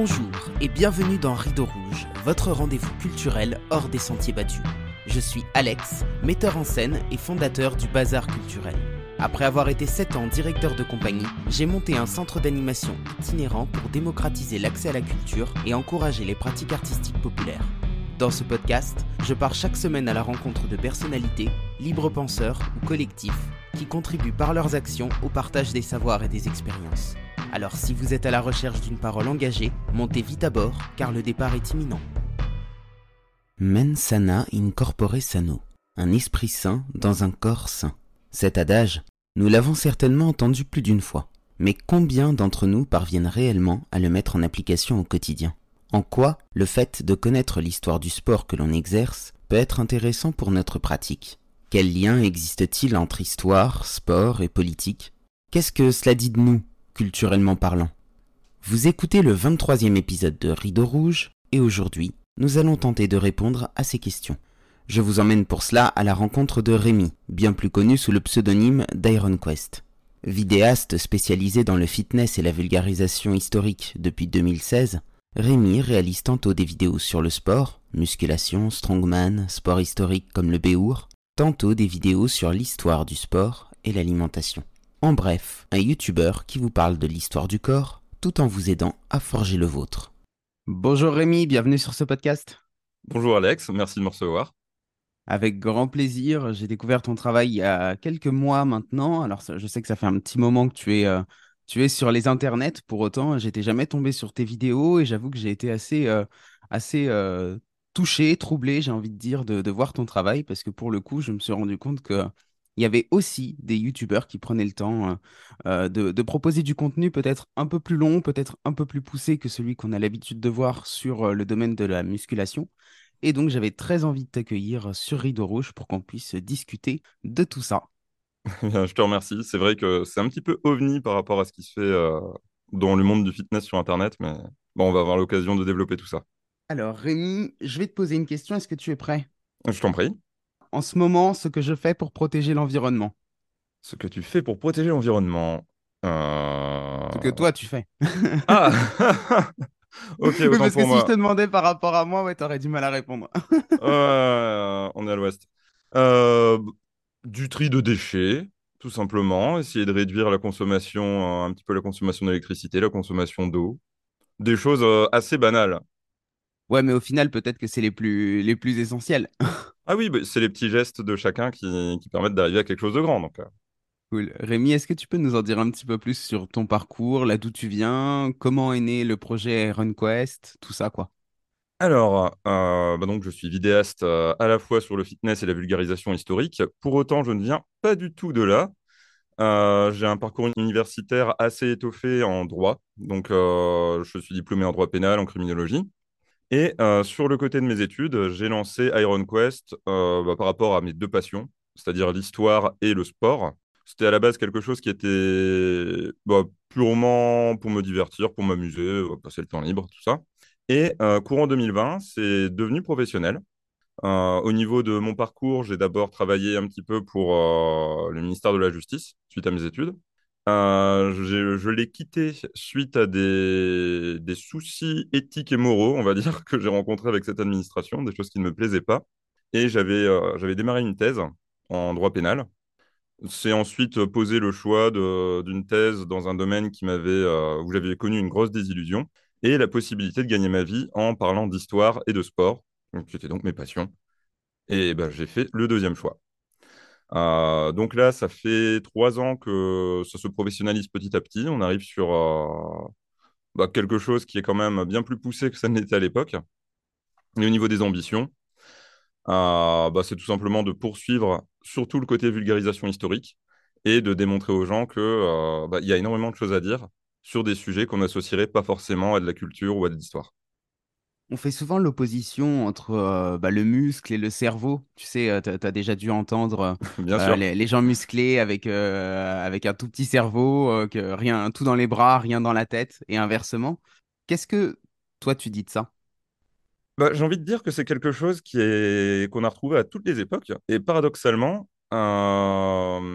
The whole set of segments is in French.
Bonjour et bienvenue dans Rideau Rouge, votre rendez-vous culturel hors des sentiers battus. Je suis Alex, metteur en scène et fondateur du Bazar Culturel. Après avoir été 7 ans directeur de compagnie, j'ai monté un centre d'animation itinérant pour démocratiser l'accès à la culture et encourager les pratiques artistiques populaires. Dans ce podcast, je pars chaque semaine à la rencontre de personnalités, libres penseurs ou collectifs qui contribuent par leurs actions au partage des savoirs et des expériences. Alors si vous êtes à la recherche d'une parole engagée, montez vite à bord car le départ est imminent. Mens sana in corpore sano, un esprit sain dans un corps sain. Cet adage, nous l'avons certainement entendu plus d'une fois, mais combien d'entre nous parviennent réellement à le mettre en application au quotidien ? En quoi le fait de connaître l'histoire du sport que l'on exerce peut être intéressant pour notre pratique ? Quel lien existe-t-il entre histoire, sport et politique ? Qu'est-ce que cela dit de nous, culturellement parlant ? Vous écoutez le 23e épisode de Rideau Rouge et aujourd'hui, nous allons tenter de répondre à ces questions. Je vous emmène pour cela à la rencontre de Rémi, bien plus connu sous le pseudonyme d'IronQuest. Vidéaste spécialisé dans le fitness et la vulgarisation historique depuis 2016, Rémi réalise tantôt des vidéos sur le sport, musculation, strongman, sport historique comme le béour, tantôt des vidéos sur l'histoire du sport et l'alimentation. En bref, un youtubeur qui vous parle de l'histoire du corps, tout en vous aidant à forger le vôtre. Bonjour Rémi, bienvenue sur ce podcast. Bonjour Alex, merci de me recevoir. Avec grand plaisir, j'ai découvert ton travail il y a quelques mois maintenant. Alors je sais que ça fait un petit moment que tu es sur les internets. Pour autant, j'étais jamais tombé sur tes vidéos et j'avoue que j'ai été assez touché, troublé, j'ai envie de dire, de voir ton travail parce que pour le coup, je me suis rendu compte que il y avait aussi des youtubeurs qui prenaient le temps de proposer du contenu peut-être un peu plus long, peut-être un peu plus poussé que celui qu'on a l'habitude de voir sur le domaine de la musculation. Et donc, j'avais très envie de t'accueillir sur Rideau Rouge pour qu'on puisse discuter de tout ça. Bien, je te remercie. C'est vrai que c'est un petit peu ovni par rapport à ce qui se fait dans le monde du fitness sur Internet, mais bon, on va avoir l'occasion de développer tout ça. Alors, Rémi, je vais te poser une question. Est-ce que tu es prêt? Je t'en prie. En ce moment, ce que je fais pour protéger l'environnement. Ce que tu fais pour protéger l'environnement. Ce que toi, tu fais. Ah! Ok, Oui, autant parce que pour si je te moi. demandais par rapport à moi, ouais, t'aurais du mal à répondre. On est à l'ouest. Euh, du tri de déchets, tout simplement. Essayer de réduire la consommation, un petit peu la consommation d'électricité, la consommation d'eau. Des choses assez banales. Ouais, mais au final, peut-être que c'est les plus essentiels. Ah oui, bah, c'est les petits gestes de chacun qui permettent d'arriver à quelque chose de grand. Donc, Cool. Rémi, est-ce que tu peux nous en dire un petit peu plus sur ton parcours, là d'où tu viens, comment est né le projet RunQuest, tout ça, quoi. bah donc je suis vidéaste à la fois sur le fitness et la vulgarisation historique. Pour autant, je ne viens pas du tout de là. J'ai un parcours universitaire assez étoffé en droit. Donc, je suis diplômé en droit pénal, en criminologie. Et sur le côté de mes études, j'ai lancé IronQuest bah, par rapport à mes deux passions, c'est-à-dire l'histoire et le sport. C'était à la base quelque chose qui était bah, purement pour me divertir, pour m'amuser, passer le temps libre, tout ça. Et courant 2020, c'est devenu professionnel. Au niveau de mon parcours, j'ai d'abord travaillé un petit peu pour le ministère de la Justice suite à mes études. Je l'ai quitté suite à des soucis éthiques et moraux, on va dire, que j'ai rencontrés avec cette administration, des choses qui ne me plaisaient pas. Et j'avais démarré une thèse en droit pénal. C'est ensuite posé le choix d'une thèse dans un domaine où j'avais connu une grosse désillusion et la possibilité de gagner ma vie en parlant d'histoire et de sport, qui étaient donc mes passions. Et ben, j'ai fait le deuxième choix. Donc là, ça fait 3 ans que ça se professionnalise petit à petit. On arrive sur bah, quelque chose qui est quand même bien plus poussé que ça n'était à l'époque. Et au niveau des ambitions, bah, c'est tout simplement de poursuivre surtout le côté vulgarisation historique et de démontrer aux gens que bah, il y a énormément de choses à dire sur des sujets qu'on n'associerait pas forcément à de la culture ou à de l'histoire. On fait souvent l'opposition entre le muscle et le cerveau. Tu sais, tu as déjà dû entendre Bien sûr. les gens musclés avec un tout petit cerveau, que rien, tout dans les bras, rien dans la tête, et inversement. Qu'est-ce que toi tu dis de ça? Bah, j'ai envie de dire que c'est quelque chose qu'on a retrouvé à toutes les époques. Et paradoxalement,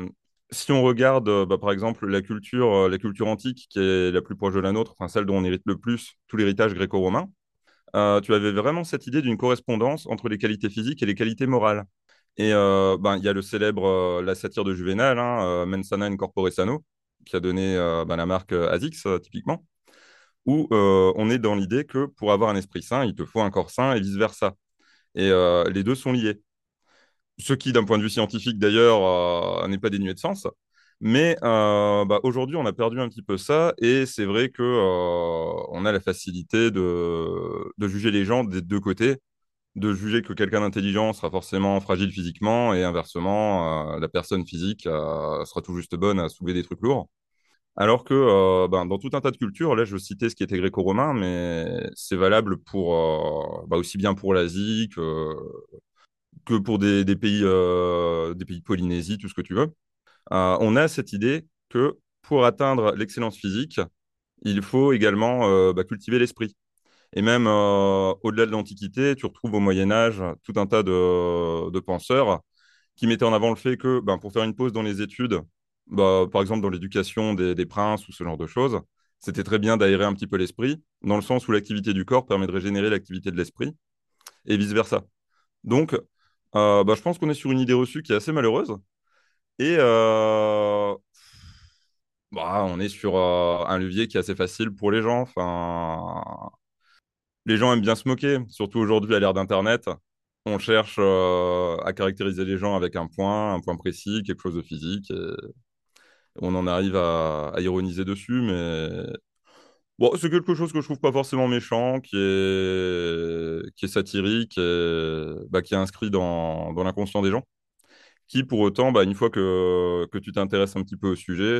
Si on regarde, par exemple, la culture antique, qui est la plus proche de la nôtre, enfin celle dont on hérite le plus, tout l'héritage gréco-romain, tu avais vraiment cette idée d'une correspondance entre les qualités physiques et les qualités morales. Et il y a le célèbre, la satire de Juvénal, hein, Mens sana in corpore sano, qui a donné la marque ASICS, typiquement, où on est dans l'idée que pour avoir un esprit sain, il te faut un corps sain et vice-versa. Et les deux sont liés. Ce qui, d'un point de vue scientifique d'ailleurs, n'est pas dénué de sens. Mais aujourd'hui, on a perdu un petit peu ça, et c'est vrai que on a la facilité de juger les gens des deux côtés, de juger que quelqu'un d'intelligent sera forcément fragile physiquement, et inversement, la personne physique sera tout juste bonne à soulever des trucs lourds. Alors que dans tout un tas de cultures, là je citais ce qui était gréco-romain, mais c'est valable pour aussi bien pour l'Asie que pour des pays de Polynésie, tout ce que tu veux. On a cette idée que pour atteindre l'excellence physique, il faut également cultiver l'esprit. Et même au-delà de l'Antiquité, tu retrouves au Moyen Âge tout un tas de penseurs qui mettaient en avant le fait que pour faire une pause dans les études, par exemple dans l'éducation des princes ou ce genre de choses, c'était très bien d'aérer un petit peu l'esprit, dans le sens où l'activité du corps permet de régénérer l'activité de l'esprit, et vice-versa. Donc, je pense qu'on est sur une idée reçue qui est assez malheureuse. Et on est sur un levier qui est assez facile pour les gens. Enfin, les gens aiment bien se moquer, surtout aujourd'hui à l'ère d'Internet. On cherche à caractériser les gens avec un point précis, quelque chose de physique. Et on en arrive à ironiser dessus, mais bon, c'est quelque chose que je trouve pas forcément méchant, qui est satirique, et qui est inscrit dans l'inconscient des gens. Qui pour autant, une fois que tu t'intéresses un petit peu au sujet,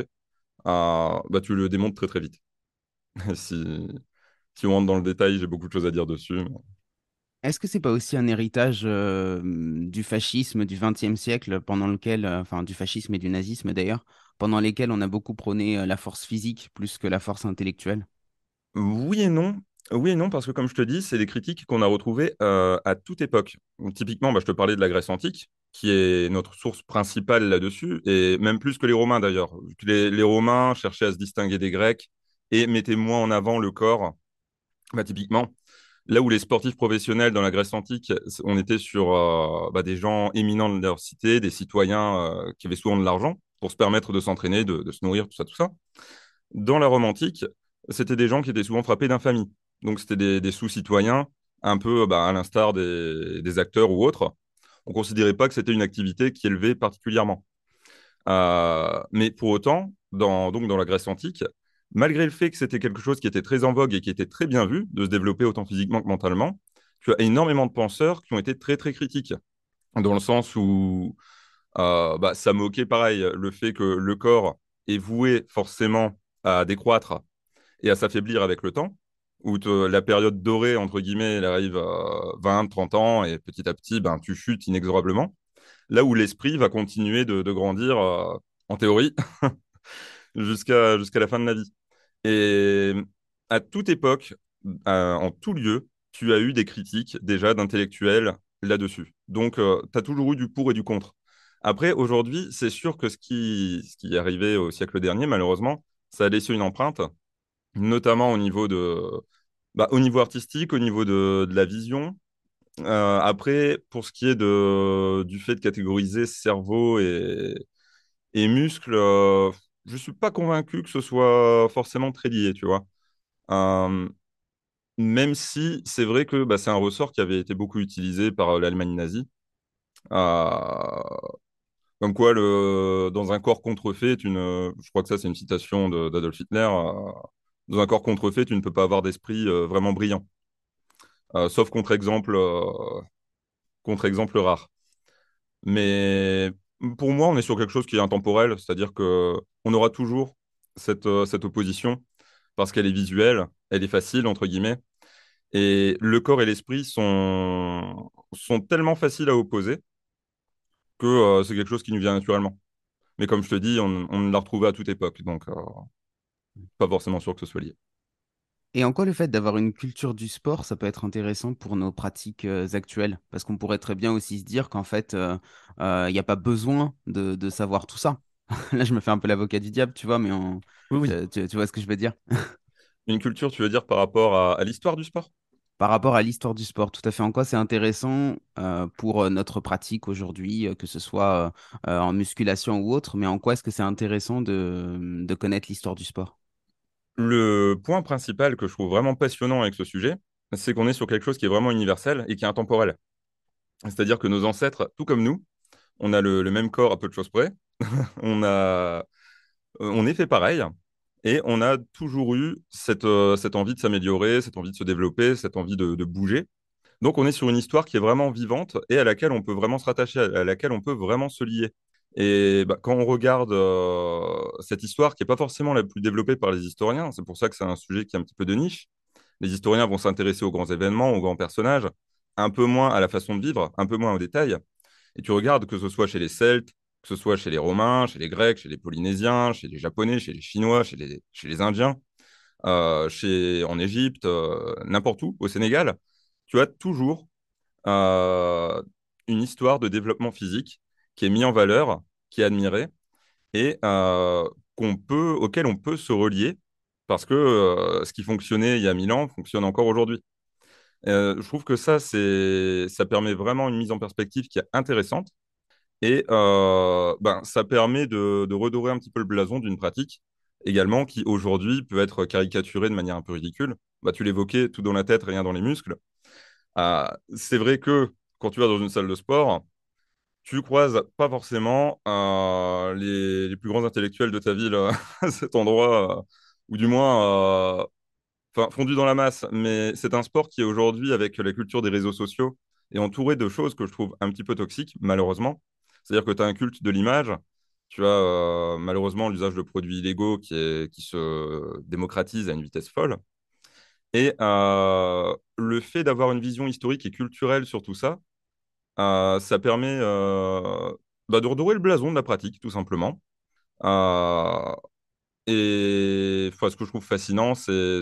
tu le démontres très très vite. Si, si on rentre dans le détail, j'ai beaucoup de choses à dire dessus. Est-ce que c'est pas aussi un héritage du fascisme du XXe siècle, pendant lequel, enfin du fascisme et du nazisme d'ailleurs, pendant lesquels on a beaucoup prôné la force physique plus que la force intellectuelle? Oui et non. Oui et non, parce que comme je te dis, c'est des critiques qu'on a retrouvées à toute époque. Donc, typiquement, je te parlais de la Grèce antique, qui est notre source principale là-dessus, et même plus que les Romains d'ailleurs. Les Romains cherchaient à se distinguer des Grecs et mettaient moins en avant le corps. Typiquement, là où les sportifs professionnels dans la Grèce antique, on était sur des gens éminents de leur cité, des citoyens qui avaient souvent de l'argent pour se permettre de s'entraîner, de se nourrir, tout ça, tout ça. Dans la Rome antique, c'était des gens qui étaient souvent frappés d'infamie. Donc, c'était des sous-citoyens, un peu à l'instar des acteurs ou autres. On ne considérait pas que c'était une activité qui élevait particulièrement. Mais pour autant, donc dans la Grèce antique, malgré le fait que c'était quelque chose qui était très en vogue et qui était très bien vu, de se développer autant physiquement que mentalement, tu as énormément de penseurs qui ont été très très critiques, dans le sens où ça moquait pareil le fait que le corps est voué forcément à décroître et à s'affaiblir avec le temps, où la période dorée, entre guillemets, elle arrive à 20, 30 ans, et petit à petit, tu chutes inexorablement. Là où l'esprit va continuer de grandir, en théorie, jusqu'à la fin de la vie. Et à toute époque, en tout lieu, tu as eu des critiques déjà d'intellectuels là-dessus. Donc, tu as toujours eu du pour et du contre. Après, aujourd'hui, c'est sûr que ce qui est arrivé au siècle dernier, malheureusement, ça a laissé une empreinte, notamment au niveau artistique, au niveau de la vision. Après, pour ce qui est du fait de catégoriser cerveau et muscles, je suis pas convaincu que ce soit forcément très lié, tu vois. Euh, Même si c'est vrai que c'est un ressort qui avait été beaucoup utilisé par l'Allemagne nazie. Euh, Comme quoi, dans un corps contrefait, je crois que ça, c'est une citation d'Adolf Hitler. Dans un corps contrefait, tu ne peux pas avoir d'esprit vraiment brillant. Sauf contre-exemple rare. Mais pour moi, on est sur quelque chose qui est intemporel, c'est-à-dire que on aura toujours cette opposition parce qu'elle est visuelle, elle est facile, entre guillemets, et le corps et l'esprit sont tellement faciles à opposer que c'est quelque chose qui nous vient naturellement. Mais comme je te dis, on l'a retrouvé à toute époque, donc pas forcément sûr que ce soit lié. Et en quoi le fait d'avoir une culture du sport, ça peut être intéressant pour nos pratiques actuelles? Parce qu'on pourrait très bien aussi se dire qu'en fait, il n'y a pas besoin de savoir tout ça. Là, je me fais un peu l'avocat du diable, tu vois, mais Oui, oui. tu vois ce que je veux dire? Une culture, tu veux dire par rapport à l'histoire du sport? Par rapport à l'histoire du sport, tout à fait. En quoi c'est intéressant pour notre pratique aujourd'hui, que ce soit en musculation ou autre, mais en quoi est-ce que c'est intéressant de connaître l'histoire du sport? Le point principal que je trouve vraiment passionnant avec ce sujet, c'est qu'on est sur quelque chose qui est vraiment universel et qui est intemporel. C'est-à-dire que nos ancêtres, tout comme nous, on a le même corps à peu de choses près, on est fait pareil, et on a toujours eu cette envie de s'améliorer, cette envie de se développer, cette envie de bouger. Donc on est sur une histoire qui est vraiment vivante et à laquelle on peut vraiment se rattacher, à laquelle on peut vraiment se lier. Et bah, quand on regarde cette histoire qui n'est pas forcément la plus développée par les historiens, c'est pour ça que c'est un sujet qui est un petit peu de niche. Les historiens vont s'intéresser aux grands événements, aux grands personnages, un peu moins à la façon de vivre, un peu moins aux détails. Et tu regardes que ce soit chez les Celtes, que ce soit chez les Romains, chez les Grecs, chez les Polynésiens, chez les Japonais, chez les Chinois, chez les Indiens, en Égypte, n'importe où, au Sénégal, tu as toujours euh, une histoire de développement physique qui est mise en valeur, qui est admirée et auquel on peut se relier parce que ce qui fonctionnait il y a 1000 ans fonctionne encore aujourd'hui. Je trouve que ça permet vraiment une mise en perspective qui est intéressante et ben, ça permet de redorer un petit peu le blason d'une pratique également qui aujourd'hui peut être caricaturée de manière un peu ridicule. Bah, tu l'évoquais, tout dans la tête, rien dans les muscles. C'est vrai que quand tu vas dans une salle de sport, tu croises pas forcément les plus grands intellectuels de ta ville à cet endroit, ou du moins enfin, fondu dans la masse. Mais c'est un sport qui, aujourd'hui, avec la culture des réseaux sociaux, est entouré de choses que je trouve un petit peu toxiques, malheureusement. C'est-à-dire que tu as un culte de l'image, tu as malheureusement l'usage de produits illégaux qui se démocratise à une vitesse folle. Et le fait d'avoir une vision historique et culturelle sur tout ça, ça permet bah, de redorer le blason de la pratique, tout simplement. Euh, et enfin, ce que je trouve fascinant, c'est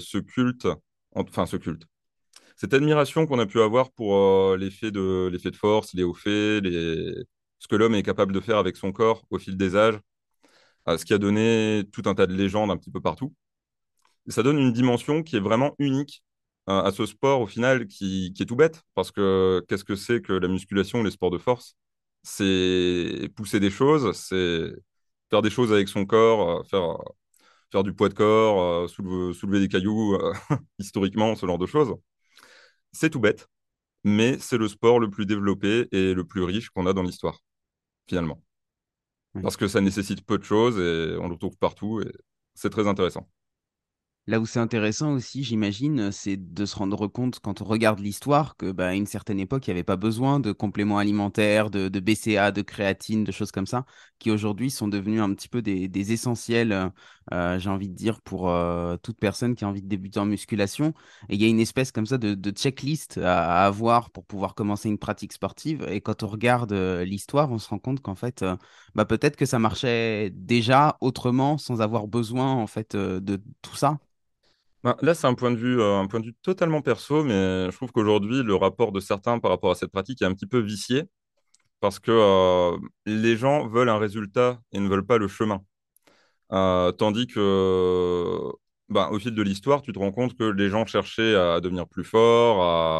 ce culte, cette admiration qu'on a pu avoir pour l'effet de force, les hauts faits, ce que l'homme est capable de faire avec son corps au fil des âges, ce qui a donné tout un tas de légendes un petit peu partout. Et ça donne une dimension qui est vraiment unique à ce sport au final qui est tout bête. Parce que qu'est-ce que c'est que la musculation ou les sports de force? C'est pousser des choses, c'est faire des choses avec son corps, faire du poids de corps, soulever des cailloux, historiquement, ce genre de choses. C'est tout bête, mais c'est le sport le plus développé et le plus riche qu'on a dans l'histoire, finalement. Oui. Parce que ça nécessite peu de choses et on le trouve partout et c'est très intéressant. Là où c'est intéressant aussi, j'imagine, c'est de se rendre compte quand on regarde l'histoire que, bah, à une certaine époque, il n'y avait pas besoin de compléments alimentaires, de BCA, de créatine, de choses comme ça, qui aujourd'hui sont devenus un petit peu des essentiels, j'ai envie de dire, pour toute personne qui a envie de débuter en musculation. Et il y a une espèce comme ça de checklist à avoir pour pouvoir commencer une pratique sportive. Et quand on regarde l'histoire, on se rend compte qu'en fait, bah, peut-être que ça marchait déjà autrement sans avoir besoin, en fait, de tout ça. Ben, là, c'est un point de vue totalement perso, mais je trouve qu'aujourd'hui, le rapport de certains par rapport à cette pratique est un petit peu vicié parce que les gens veulent un résultat et ne veulent pas le chemin. Tandis que, ben, au fil de l'histoire, tu te rends compte que les gens cherchaient à devenir plus forts,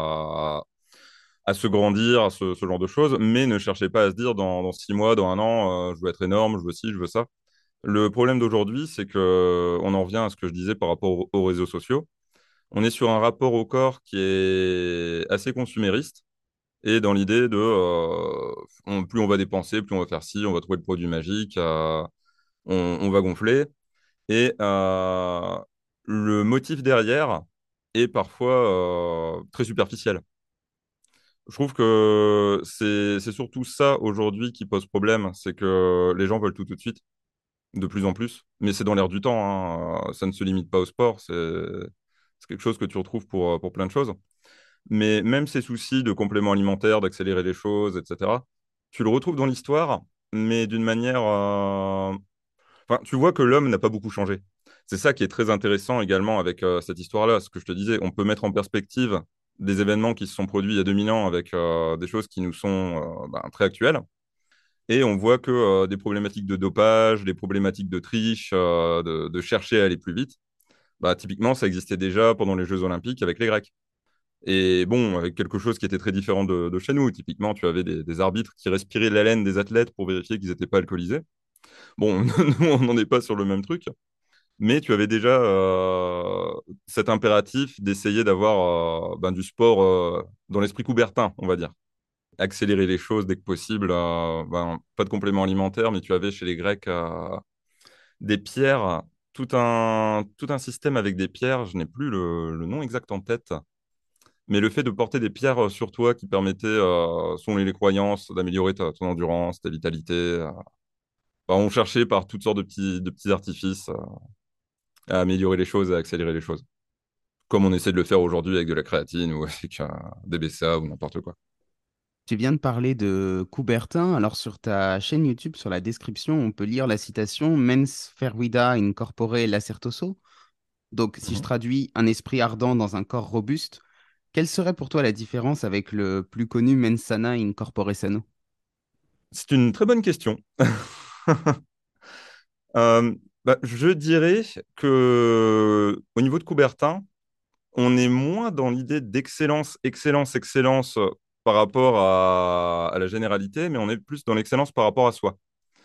à se grandir, ce genre de choses, mais ne cherchaient pas à se dire dans 6 mois, dans un an, je veux être énorme, je veux ci, je veux ça. Le problème d'aujourd'hui, c'est que on en revient à ce que je disais par rapport aux réseaux sociaux. On est sur un rapport au corps qui est assez consumériste et dans l'idée de plus on va dépenser, plus on va faire ci, on va trouver le produit magique, on va gonfler. Et le motif derrière est parfois très superficiel. Je trouve que c'est surtout ça aujourd'hui qui pose problème, c'est que les gens veulent tout de suite, de plus en plus. Mais c'est dans l'air du temps, hein. Ça ne se limite pas au sport, c'est quelque chose que tu retrouves pour plein de choses. Mais même ces soucis de compléments alimentaires, d'accélérer les choses, etc., tu le retrouves dans l'histoire, mais d'une manière... Enfin, tu vois que l'homme n'a pas beaucoup changé. C'est ça qui est très intéressant également avec cette histoire-là. Ce que je te disais, on peut mettre en perspective des événements qui se sont produits il y a 2000 ans avec des choses qui nous sont ben, très actuelles. Et on voit que des problématiques de dopage, des problématiques de triche, de chercher à aller plus vite, bah, typiquement, ça existait déjà pendant les Jeux Olympiques avec les Grecs. Et bon, avec quelque chose qui était très différent de chez nous. Typiquement, tu avais des arbitres qui respiraient l'haleine des athlètes pour vérifier qu'ils n'étaient pas alcoolisés. Bon, nous, on n'en est pas sur le même truc. Mais tu avais déjà cet impératif d'essayer d'avoir ben, du sport dans l'esprit coubertin, on va dire. Accélérer les choses dès que possible. Ben, pas de compléments alimentaires, mais tu avais chez les Grecs des pierres, tout un système avec des pierres. Je n'ai plus le nom exact en tête. Mais le fait de porter des pierres sur toi qui permettaient, selon les croyances, d'améliorer ton endurance, ta vitalité, ben, on cherchait par toutes sortes de petits artifices à améliorer les choses, à accélérer les choses. Comme on essaie de le faire aujourd'hui avec de la créatine ou avec des BCA ou n'importe quoi. Tu viens de parler de Coubertin. Alors, sur ta chaîne YouTube, sur la description, on peut lire la citation Mens fervida in corpore lacertoso. Donc, si je Mhm. traduis un esprit ardent dans un corps robuste, quelle serait pour toi la différence avec le plus connu mens sana in corpore sano? C'est une très bonne question. Euh, bah, je dirais que au niveau de Coubertin, on est moins dans l'idée d'excellence, excellence, excellence par rapport à la généralité, mais on est plus dans l'excellence par rapport à soi.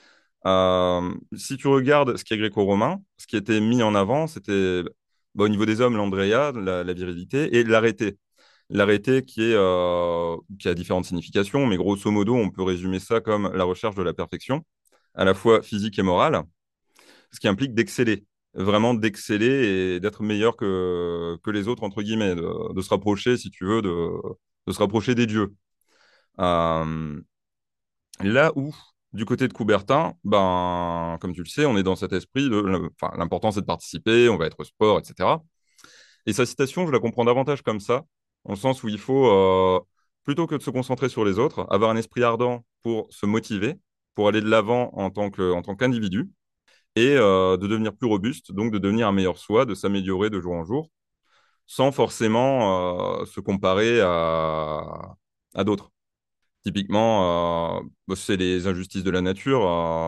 Si tu regardes ce qui est gréco-romain, ce qui était mis en avant, c'était bah, au niveau des hommes, l'andrea, la virilité, et l'arrêté. L'arrêté qui a différentes significations, mais grosso modo, on peut résumer ça comme la recherche de la perfection, à la fois physique et morale, ce qui implique d'exceller, vraiment d'exceller et d'être meilleur que les autres, entre guillemets, de se rapprocher, si tu veux, de se rapprocher des dieux. Euh, Là où, du côté de Coubertin, ben, comme tu le sais, on est dans cet esprit de, enfin, l'important c'est de participer, on va être au sport, etc. Et sa citation, je la comprends davantage comme ça, dans le sens où il faut, plutôt que de se concentrer sur les autres, avoir un esprit ardent pour se motiver, pour aller de l'avant en tant qu'individu, et de devenir plus robuste, donc de devenir un meilleur soi, de s'améliorer de jour en jour, sans forcément se comparer à d'autres. Typiquement, bah, c'est les injustices de la nature.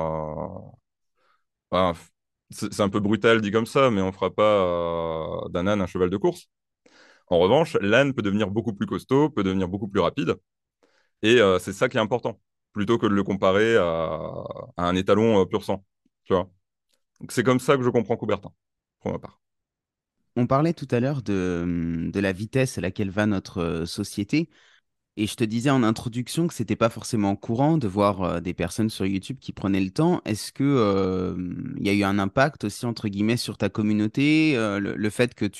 Enfin, c'est un peu brutal dit comme ça, mais on fera pas d'un âne un cheval de course. En revanche, l'âne peut devenir beaucoup plus costaud, peut devenir beaucoup plus rapide, et c'est ça qui est important, plutôt que de le comparer à un étalon pur sang. Tu vois? Donc, c'est comme ça que je comprends Coubertin, pour ma part. On parlait tout à l'heure de la vitesse à laquelle va notre société. Et je te disais en introduction que c'était pas forcément courant de voir des personnes sur YouTube qui prenaient le temps. Est-ce que il y a eu un impact aussi entre guillemets sur ta communauté, le fait que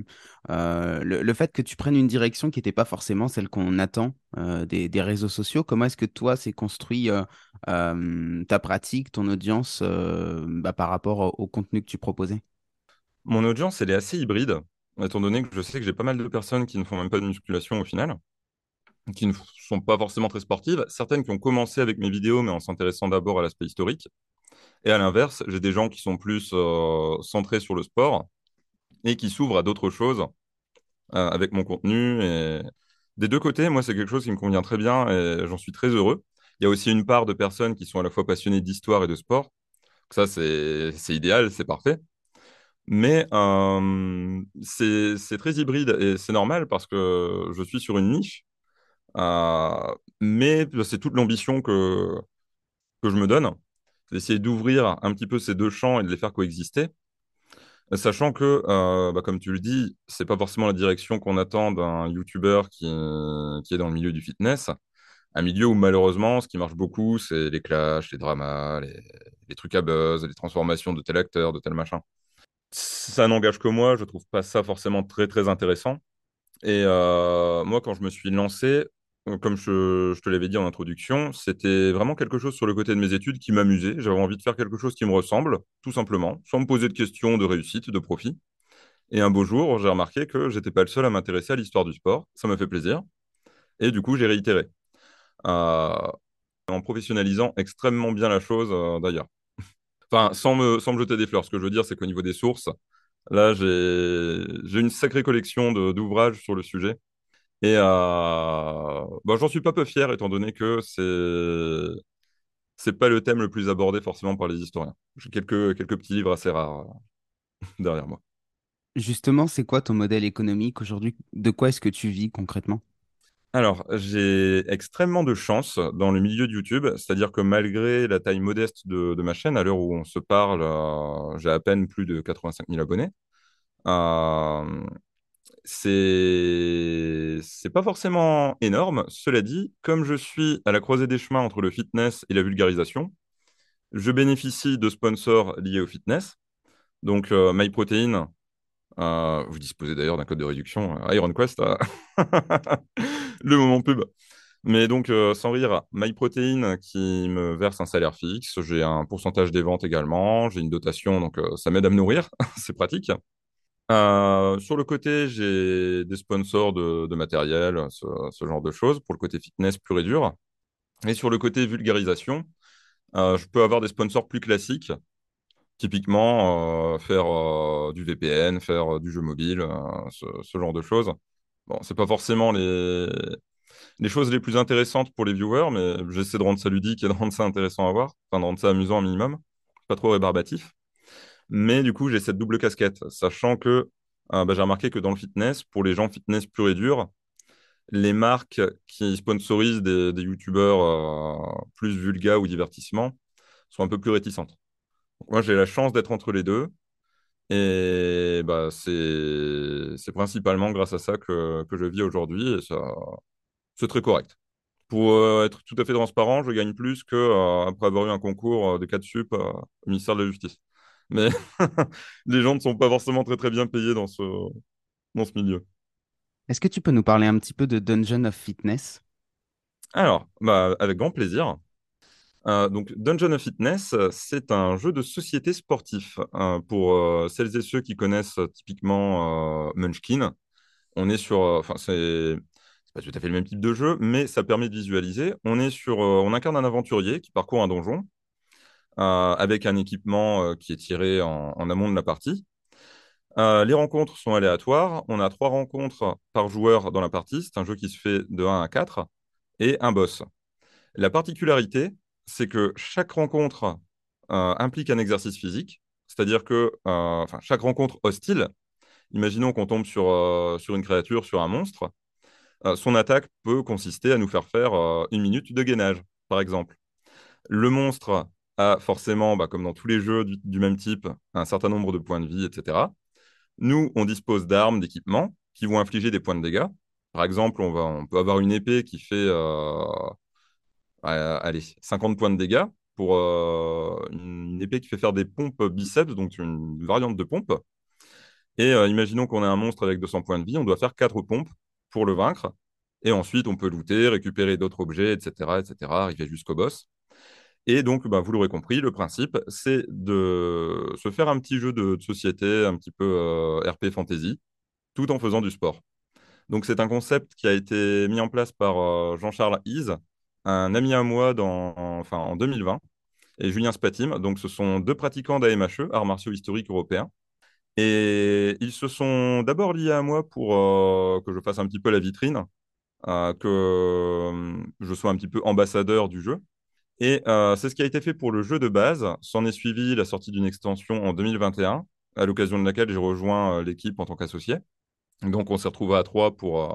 le fait que tu prennes une direction qui n'était pas forcément celle qu'on attend des réseaux sociaux? Comment est-ce que toi c'est construit ta pratique, ton audience bah, par rapport au contenu que tu proposais? Mon audience, elle est assez hybride, étant donné que je sais que j'ai pas mal de personnes qui ne font même pas de musculation au final, qui ne sont pas forcément très sportives, certaines qui ont commencé avec mes vidéos, mais en s'intéressant d'abord à l'aspect historique. Et à l'inverse, j'ai des gens qui sont plus centrés sur le sport et qui s'ouvrent à d'autres choses avec mon contenu. Et des deux côtés, moi, c'est quelque chose qui me convient très bien et j'en suis très heureux. Il y a aussi une part de personnes qui sont à la fois passionnées d'histoire et de sport. Ça, c'est idéal, c'est parfait. Mais c'est très hybride et c'est normal parce que je suis sur une niche. Euh, mais c'est toute l'ambition que je me donne, c'est d'essayer d'ouvrir un petit peu ces deux champs et de les faire coexister. Sachant que, bah, comme tu le dis, c'est pas forcément la direction qu'on attend d'un YouTuber qui est dans le milieu du fitness. Un milieu où malheureusement, ce qui marche beaucoup, c'est les clashs, les dramas, les trucs à buzz, les transformations de tel acteur, de tel machin. Ça n'engage que moi, je trouve pas ça forcément très très intéressant. Et moi, quand je me suis lancé, comme je te l'avais dit en introduction, c'était vraiment quelque chose sur le côté de mes études qui m'amusait. J'avais envie de faire quelque chose qui me ressemble, tout simplement, sans me poser de questions de réussite, de profit. Et un beau jour, j'ai remarqué que j'étais pas le seul à m'intéresser à l'histoire du sport. Ça m'a fait plaisir. Et du coup, j'ai réitéré. Euh, En professionnalisant extrêmement bien la chose, d'ailleurs. Enfin, sans me jeter des fleurs. Ce que je veux dire, c'est qu'au niveau des sources, là, j'ai une sacrée collection d'ouvrages sur le sujet. Et bah, j'en suis pas peu fier, étant donné que c'est pas le thème le plus abordé forcément par les historiens. J'ai quelques petits livres assez rares derrière moi. Justement, c'est quoi ton modèle économique aujourd'hui? De quoi est-ce que tu vis concrètement? Alors, j'ai extrêmement de chance dans le milieu de YouTube, c'est-à-dire que malgré la taille modeste de ma chaîne, à l'heure où on se parle, j'ai à peine plus de 85 000 abonnés. Euh, c'est pas forcément énorme. Cela dit, comme je suis à la croisée des chemins entre le fitness et la vulgarisation, je bénéficie de sponsors liés au fitness. Donc, MyProtein, vous disposez d'ailleurs d'un code de réduction IronQuest, le moment pub. Mais donc, sans rire, MyProtein qui me verse un salaire fixe, j'ai un pourcentage des ventes également, j'ai une dotation, donc ça m'aide à me nourrir, c'est pratique. Sur le côté, j'ai des sponsors de matériel, ce genre de choses, pour le côté fitness pur et dur. Et sur le côté vulgarisation, je peux avoir des sponsors plus classiques, typiquement faire du VPN, faire du jeu mobile, ce genre de choses. Bon, c'est pas forcément les choses les plus intéressantes pour les viewers, mais j'essaie de rendre ça ludique et de rendre ça intéressant à voir, enfin de rendre ça amusant un minimum, pas trop rébarbatif. Mais du coup, j'ai cette double casquette, sachant que j'ai remarqué que dans le fitness, pour les gens fitness pur et dur, les marques qui sponsorisent des youtubeurs plus vulga ou divertissement sont un peu plus réticentes. Donc, moi, j'ai la chance d'être entre les deux. Et bah, c'est principalement grâce à ça que je vis aujourd'hui. Et ça, c'est très correct. Pour être tout à fait transparent, je gagne plus que après avoir eu un concours de 4 sup au ministère de la Justice. Mais les gens ne sont pas forcément très très bien payés dans ce milieu. Est-ce que tu peux nous parler un petit peu de Dungeon of Fitness? Alors, bah, avec grand plaisir. Donc, Dungeon of Fitness, c'est un jeu de société sportif. Pour celles et ceux qui connaissent typiquement Munchkin, on est sur, enfin, c'est pas tout à fait le même type de jeu, mais ça permet de visualiser. On incarne un aventurier qui parcourt un donjon avec un équipement qui est tiré en amont de la partie. Les rencontres sont aléatoires. On a 3 rencontres par joueur dans la partie. C'est un jeu qui se fait de 1 à 4 et un boss. La particularité, c'est que chaque rencontre implique un exercice physique, c'est-à-dire que enfin, chaque rencontre hostile, imaginons qu'on tombe sur une créature, sur un monstre, son attaque peut consister à nous faire faire 1 minute de gainage, par exemple. Le monstre a forcément, bah, comme dans tous les jeux du même type, un certain nombre de points de vie, etc. Nous, on dispose d'armes, d'équipements qui vont infliger des points de dégâts. Par exemple, on peut avoir une épée qui fait allez, 50 points de dégâts pour une épée qui fait faire des pompes biceps, donc une variante de pompe. Et imaginons qu'on ait un monstre avec 200 points de vie, on doit faire 4 pompes pour le vaincre. Et ensuite, on peut looter, récupérer d'autres objets, etc., etc., arriver jusqu'au boss. Et donc, bah, vous l'aurez compris, le principe, c'est de se faire un petit jeu de société, un petit peu RP fantasy, tout en faisant du sport. Donc, c'est un concept qui a été mis en place par Jean-CharlesIse, un ami à moi enfin, en 2020, et Julien Spatim. Donc, ce sont 2 pratiquants d'AMHE, arts martiaux historiques européens. Et ils se sont d'abord liés à moi pour que je fasse un petit peu la vitrine, que je sois un petit peu ambassadeur du jeu. Et c'est ce qui a été fait pour le jeu de base. S'en est suivi la sortie d'une extension en 2021, à l'occasion de laquelle j'ai rejoint l'équipe en tant qu'associé. Donc, on s'est retrouvés à 3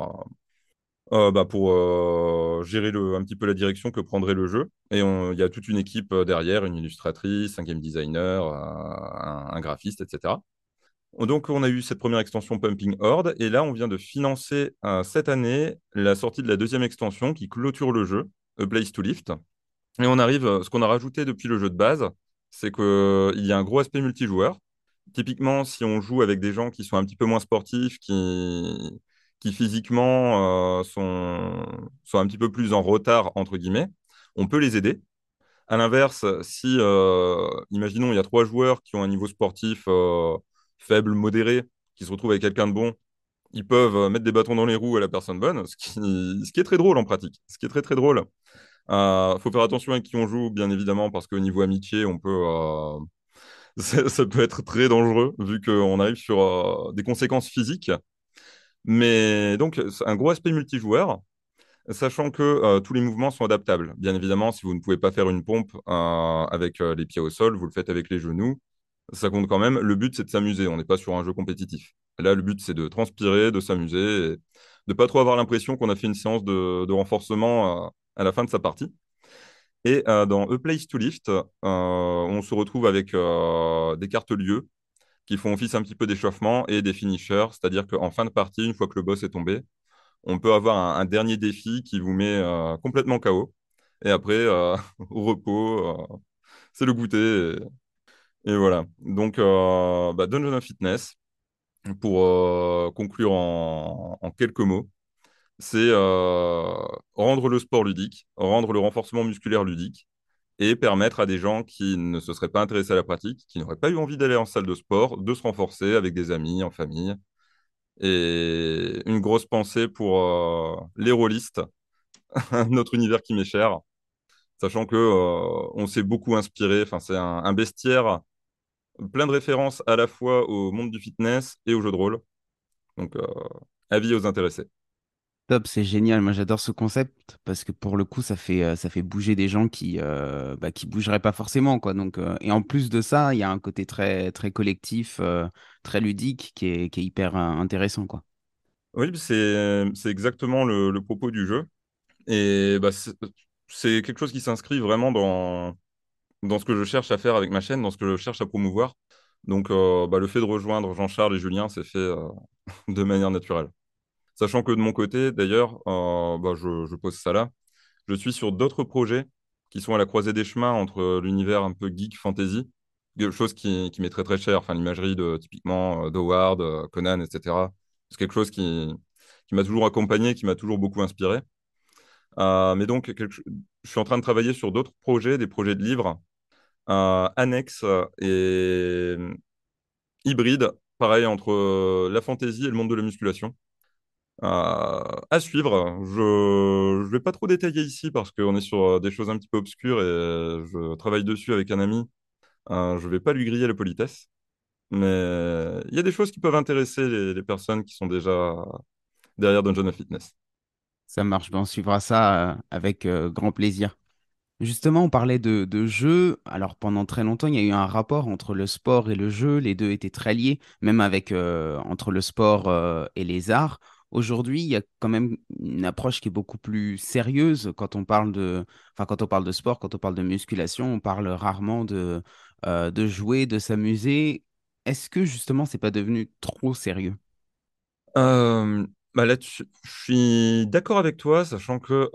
pour gérer un petit peu la direction que prendrait le jeu. Et il y a toute une équipe derrière, une illustratrice, un game designer, un graphiste, etc. Donc, on a eu cette première extension Pumping Horde. Et là, on vient de financer cette année la sortie de la deuxième extension qui clôture le jeu, A Place to Lift. Et on arrive, ce qu'on a rajouté depuis le jeu de base, c'est qu'il y a un gros aspect multijoueur. Typiquement, si on joue avec des gens qui sont un petit peu moins sportifs, qui physiquement sont un petit peu plus en retard, entre guillemets, on peut les aider. À l'inverse, si, imaginons, il y a 3 joueurs qui ont un niveau sportif faible, modéré, qui se retrouvent avec quelqu'un de bon, ils peuvent mettre des bâtons dans les roues à la personne bonne, ce qui est très drôle en pratique, ce qui est très très drôle. Faut faire attention avec qui on joue, bien évidemment, parce qu'au niveau amitié, ça peut être très dangereux, vu qu'on arrive sur des conséquences physiques. Mais donc, c'est un gros aspect multijoueur. Sachant que tous les mouvements sont adaptables. Bien évidemment, si vous ne pouvez pas faire une pompe avec les pieds au sol, vous le faites avec les genoux. Ça compte quand même. Le but, c'est de s'amuser. On n'est pas sur un jeu compétitif. Là, le but, c'est de transpirer, de s'amuser, et de pas trop avoir l'impression qu'on a fait une séance de renforcement à la fin de sa partie. Et dans A Place to Lift, on se retrouve avec des cartes lieux qui font office un petit peu d'échauffement et des finishers, c'est-à-dire qu'en fin de partie, une fois que le boss est tombé, on peut avoir un dernier défi qui vous met complètement KO. Et après, au repos, c'est le goûter. Et voilà. Donc, Dungeon of Fitness, pour conclure en quelques mots, c'est rendre le sport ludique, rendre le renforcement musculaire ludique et permettre à des gens qui ne se seraient pas intéressés à la pratique, qui n'auraient pas eu envie d'aller en salle de sport, de se renforcer avec des amis, en famille. Et une grosse pensée pour les rôlistes, notre univers qui m'est cher, sachant que on s'est beaucoup inspiré. Enfin, c'est un bestiaire plein de références à la fois au monde du fitness et au jeu de rôle. Donc, avis aux intéressés. Top, c'est génial. Moi, j'adore ce concept parce que pour le coup, ça fait bouger des gens qui bougeraient pas forcément, quoi. Donc, et en plus de ça, il y a un côté très, très collectif, très ludique qui est hyper intéressant, quoi. Oui, c'est exactement le propos du jeu. Et c'est quelque chose qui s'inscrit vraiment dans ce que je cherche à faire avec ma chaîne, dans ce que je cherche à promouvoir. Donc, le fait de rejoindre Jean-Charles et Julien s'est fait de manière naturelle. Sachant que de mon côté, d'ailleurs, je pose ça là, je suis sur d'autres projets qui sont à la croisée des chemins entre l'univers un peu geek fantasy, quelque chose qui m'est très très cher, enfin l'imagerie de typiquement d'Howard, Conan, etc. C'est quelque chose qui m'a toujours accompagné, qui m'a toujours beaucoup inspiré. Mais donc, je suis en train de travailler sur d'autres projets, des projets de livres annexes et hybrides, pareil, entre la fantasy et le monde de la musculation. À suivre. Je vais pas trop détailler ici parce qu'on est sur des choses un petit peu obscures et je travaille dessus avec un ami. Je vais pas lui griller la politesse, mais il y a des choses qui peuvent intéresser les personnes qui sont déjà derrière Dungeon of Fitness. Ça marche, ben, on suivra ça avec grand plaisir. Justement, on parlait de jeux. Alors, pendant très longtemps, il y a eu un rapport entre le sport et le jeu. Les deux étaient très liés, même avec entre le sport et les arts. Aujourd'hui, il y a quand même une approche qui est beaucoup plus sérieuse quand on parle enfin, quand on parle de sport, quand on parle de musculation, on parle rarement de jouer, de s'amuser. Est-ce que justement, c'est pas devenu trop sérieux? Euh, Là-dessus, je suis d'accord avec toi, sachant que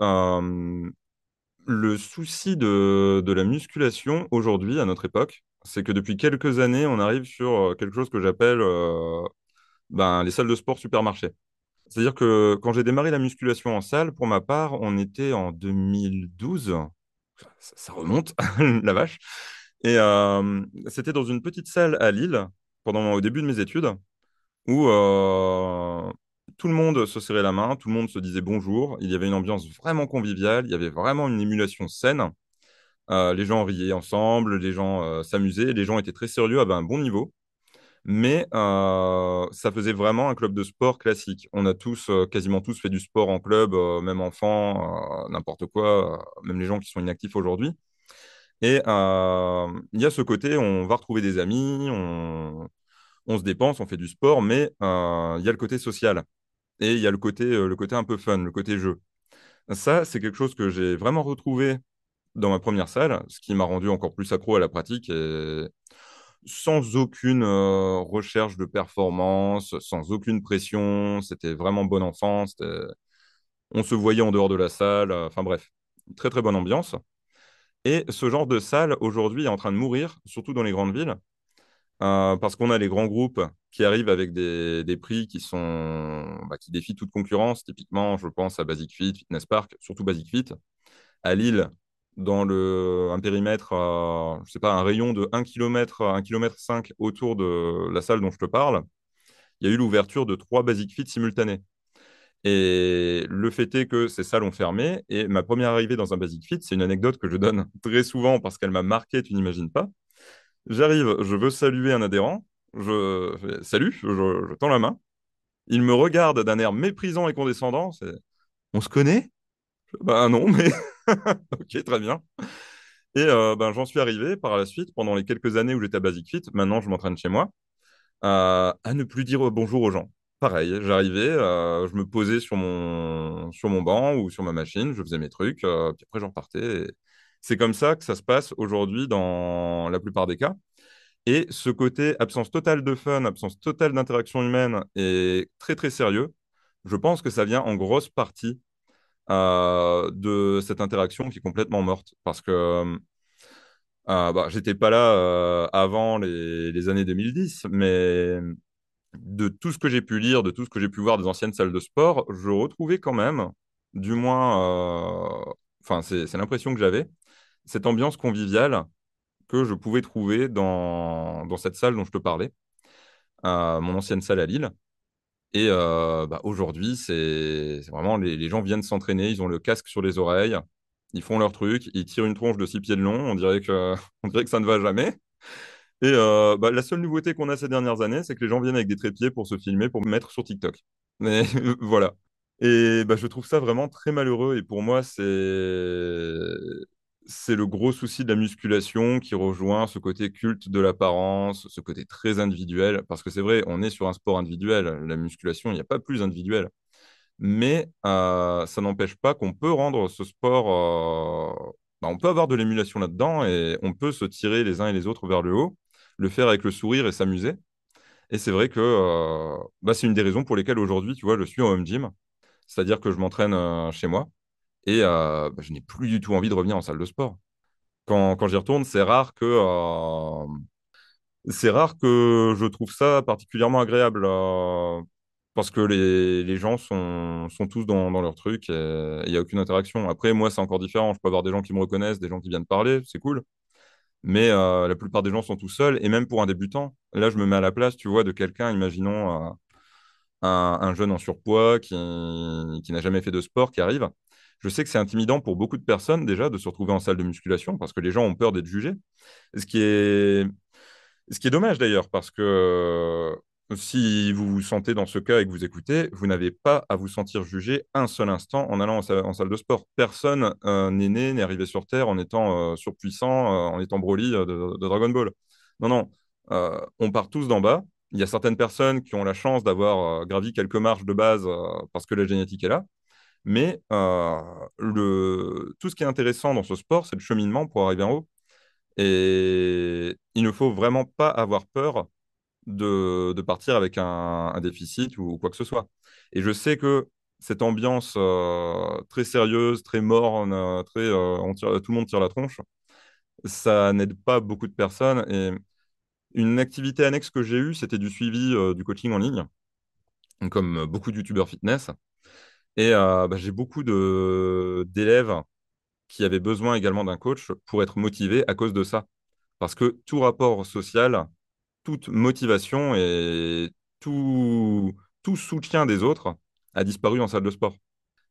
le souci de la musculation aujourd'hui, à notre époque, c'est que depuis quelques années, on arrive sur quelque chose que j'appelle les salles de sport supermarché. C'est-à-dire que quand j'ai démarré la musculation en salle, pour ma part, on était en 2012. Ça remonte, la vache. Et c'était dans une petite salle à Lille, au début de mes études, où tout le monde se serrait la main, tout le monde se disait bonjour. Il y avait une ambiance vraiment conviviale, il y avait vraiment une émulation saine. Les gens riaient ensemble, les gens s'amusaient, les gens étaient très sérieux, avaient un bon niveau. Mais ça faisait vraiment un club de sport classique. On a tous, quasiment tous, fait du sport en club, même enfants, n'importe quoi, même les gens qui sont inactifs aujourd'hui. Et il y a ce côté, on va retrouver des amis, on se dépense, on fait du sport, mais il y a le côté social. Et il y a le côté un peu fun, le côté jeu. Ça, c'est quelque chose que j'ai vraiment retrouvé dans ma première salle, ce qui m'a rendu encore plus accro à la pratique. Et sans aucune recherche de performance, sans aucune pression. C'était vraiment bon enfant. On se voyait en dehors de la salle. Enfin bref, très très bonne ambiance. Et ce genre de salle, aujourd'hui, est en train de mourir, surtout dans les grandes villes, parce qu'on a les grands groupes qui arrivent avec des prix qui défient toute concurrence. Typiquement, je pense à Basic Fit, Fitness Park, surtout Basic Fit. À Lille, dans un périmètre, je sais pas, un rayon de 1 km, 1,5 km autour de la salle dont je te parle, il y a eu l'ouverture de 3 Basic Fit simultanés. Et le fait est que ces salles ont fermé. Et ma première arrivée dans un Basic Fit, c'est une anecdote que je donne très souvent parce qu'elle m'a marqué, tu n'imagines pas. J'arrive, je veux saluer un adhérent. Je fais salut, je tends la main. Il me regarde d'un air méprisant et condescendant. On se connaît? Bah non, mais ok, très bien. Et ben, j'en suis arrivé par la suite, pendant les quelques années où j'étais à Basic Fit, maintenant je m'entraîne chez moi, à ne plus dire bonjour aux gens. Pareil, j'arrivais, je me posais sur mon banc ou sur ma machine, je faisais mes trucs, puis après j'en repartais. Et c'est comme ça que ça se passe aujourd'hui dans la plupart des cas. Et ce côté absence totale de fun, absence totale d'interaction humaine est très très sérieux. Je pense que ça vient en grosse partie de cette interaction qui est complètement morte. Parce que bah, j'étais pas là avant les années 2010, mais de tout ce que j'ai pu lire, de tout ce que j'ai pu voir des anciennes salles de sport, je retrouvais quand même, du moins, enfin, c'est l'impression que j'avais, cette ambiance conviviale que je pouvais trouver dans cette salle dont je te parlais, mon ancienne salle à Lille. Et bah, aujourd'hui, c'est vraiment les gens viennent s'entraîner, ils ont le casque sur les oreilles, ils font leur truc, ils tirent une tronche de 6 pieds de long, on dirait que ça ne va jamais. Et bah, la seule nouveauté qu'on a ces dernières années, c'est que les gens viennent avec des trépieds pour se filmer, pour mettre sur TikTok. Mais voilà. Et bah, je trouve ça vraiment très malheureux. Et pour moi, c'est le gros souci de la musculation qui rejoint ce côté culte de l'apparence, ce côté très individuel. Parce que c'est vrai, on est sur un sport individuel. La musculation, il n'y a pas plus individuel. Mais ça n'empêche pas qu'on peut rendre ce sport, bah, on peut avoir de l'émulation là-dedans et on peut se tirer les uns et les autres vers le haut, le faire avec le sourire et s'amuser. Et c'est vrai que bah, c'est une des raisons pour lesquelles aujourd'hui, tu vois, je suis en home gym, c'est-à-dire que je m'entraîne chez moi et bah, je n'ai plus du tout envie de revenir en salle de sport. Quand j'y retourne, c'est rare que je trouve ça particulièrement agréable parce que les gens sont tous dans leur truc et il n'y a aucune interaction. Après, moi, c'est encore différent. Je peux avoir des gens qui me reconnaissent, des gens qui viennent parler, c'est cool. Mais la plupart des gens sont tout seuls. Et même pour un débutant, là, je me mets à la place, tu vois, de quelqu'un, imaginons un jeune en surpoids qui n'a jamais fait de sport, qui arrive. Je sais que c'est intimidant pour beaucoup de personnes déjà de se retrouver en salle de musculation parce que les gens ont peur d'être jugés. Ce qui est ce qui est dommage d'ailleurs, parce que si vous vous sentez dans ce cas et que vous écoutez, vous n'avez pas à vous sentir jugé un seul instant en allant en salle de sport. Personne n'est né, n'est arrivé sur Terre en étant surpuissant, en étant Broly de Dragon Ball. Non, non, on part tous d'en bas. Il y a certaines personnes qui ont la chance d'avoir gravi quelques marches de base parce que la génétique est là. Mais tout ce qui est intéressant dans ce sport, c'est le cheminement pour arriver en haut. Et il ne faut vraiment pas avoir peur de partir avec un déficit ou quoi que ce soit. Et je sais que cette ambiance très sérieuse, très morne, tout le monde tire la tronche, ça n'aide pas beaucoup de personnes. Et une activité annexe que j'ai eue, c'était du suivi du coaching en ligne, comme beaucoup de youtubeurs fitness. Et bah, j'ai beaucoup d'élèves qui avaient besoin également d'un coach pour être motivés à cause de ça. Parce que tout rapport social, toute motivation et tout, tout soutien des autres a disparu en salle de sport.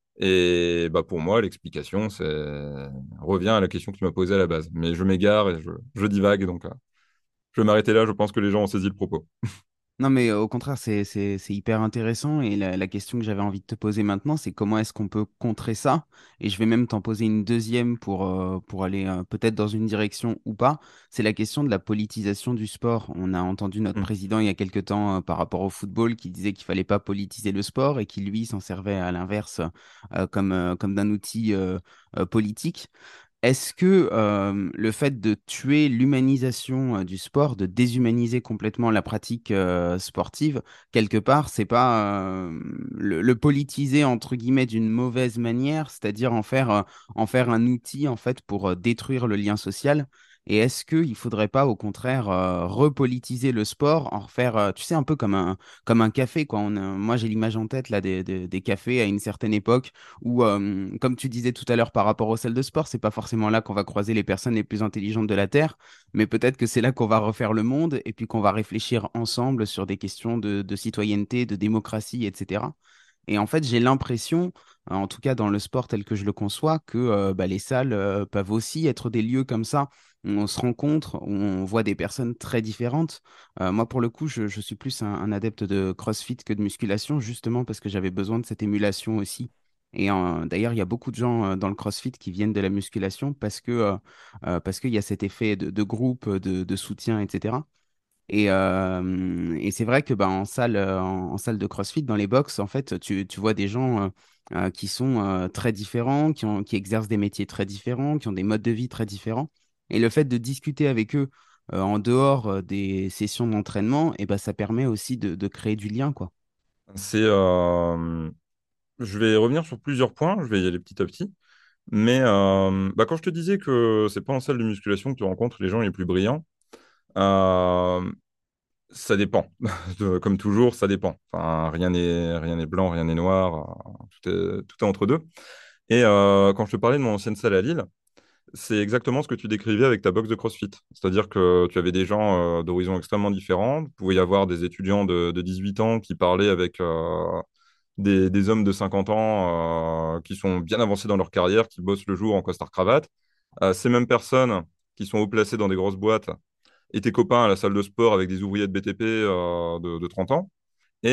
Et bah pour moi, l'explication, c'est revient à la question que tu m'as posée à la base. Mais je m'égare et je divague, donc je vais m'arrêter là. Je pense que les gens ont saisi le propos. Non, mais au contraire, c'est hyper intéressant. Et la question que j'avais envie de te poser maintenant, c'est comment est-ce qu'on peut contrer ça? Et je vais même t'en poser une deuxième pour aller peut-être dans une direction ou pas. C'est la question de la politisation du sport. On a entendu notre Mm. président il y a quelque temps par rapport au football qui disait qu'il fallait pas politiser le sport et qui, lui, s'en servait à l'inverse comme d'un outil politique. Est-ce que le fait de tuer l'humanisation du sport, de déshumaniser complètement la pratique sportive, quelque part, c'est pas le politiser entre guillemets d'une mauvaise manière, c'est-à-dire en faire un outil en fait pour détruire le lien social? Et est-ce qu'il ne faudrait pas au contraire repolitiser le sport, en refaire, tu sais, un peu comme un café, quoi. Moi, j'ai l'image en tête là des cafés à une certaine époque où, comme tu disais tout à l'heure par rapport aux salles de sport, c'est pas forcément là qu'on va croiser les personnes les plus intelligentes de la Terre, mais peut-être que c'est là qu'on va refaire le monde et puis qu'on va réfléchir ensemble sur des questions de citoyenneté, de démocratie, etc. Et en fait, j'ai l'impression, en tout cas dans le sport tel que je le conçois, que bah, les salles peuvent aussi être des lieux comme ça, où on se rencontre, où on voit des personnes très différentes. Moi, pour le coup, je suis plus un adepte de CrossFit que de musculation, justement parce que j'avais besoin de cette émulation aussi. Et d'ailleurs, il y a beaucoup de gens dans le CrossFit qui viennent de la musculation parce qu'il y a cet effet de groupe, de soutien, etc. Et c'est vrai que bah, en salle de CrossFit, dans les box, en fait, tu vois des gens qui sont très différents, qui exercent des métiers très différents, qui ont des modes de vie très différents. Et le fait de discuter avec eux en dehors des sessions d'entraînement, et bah, ça permet aussi de créer du lien, quoi. C'est, je vais revenir sur plusieurs points, je vais y aller petit à petit. Mais bah, quand je te disais que c'est pas en salle de musculation que tu rencontres les gens les plus brillants, euh, ça dépend. Comme toujours, ça dépend. Enfin, rien n'est blanc, rien n'est noir. Tout est entre deux. Et quand je te parlais de mon ancienne salle à Lille, c'est exactement ce que tu décrivais avec ta box de CrossFit. C'est-à-dire que tu avais des gens d'horizons extrêmement différents. Il pouvait y avoir des étudiants de 18 ans qui parlaient avec des hommes de 50 ans qui sont bien avancés dans leur carrière, qui bossent le jour en costard-cravate. Ces mêmes personnes qui sont haut placées dans des grosses boîtes étaient copains à la salle de sport avec des ouvriers de BTP de 30 ans. Et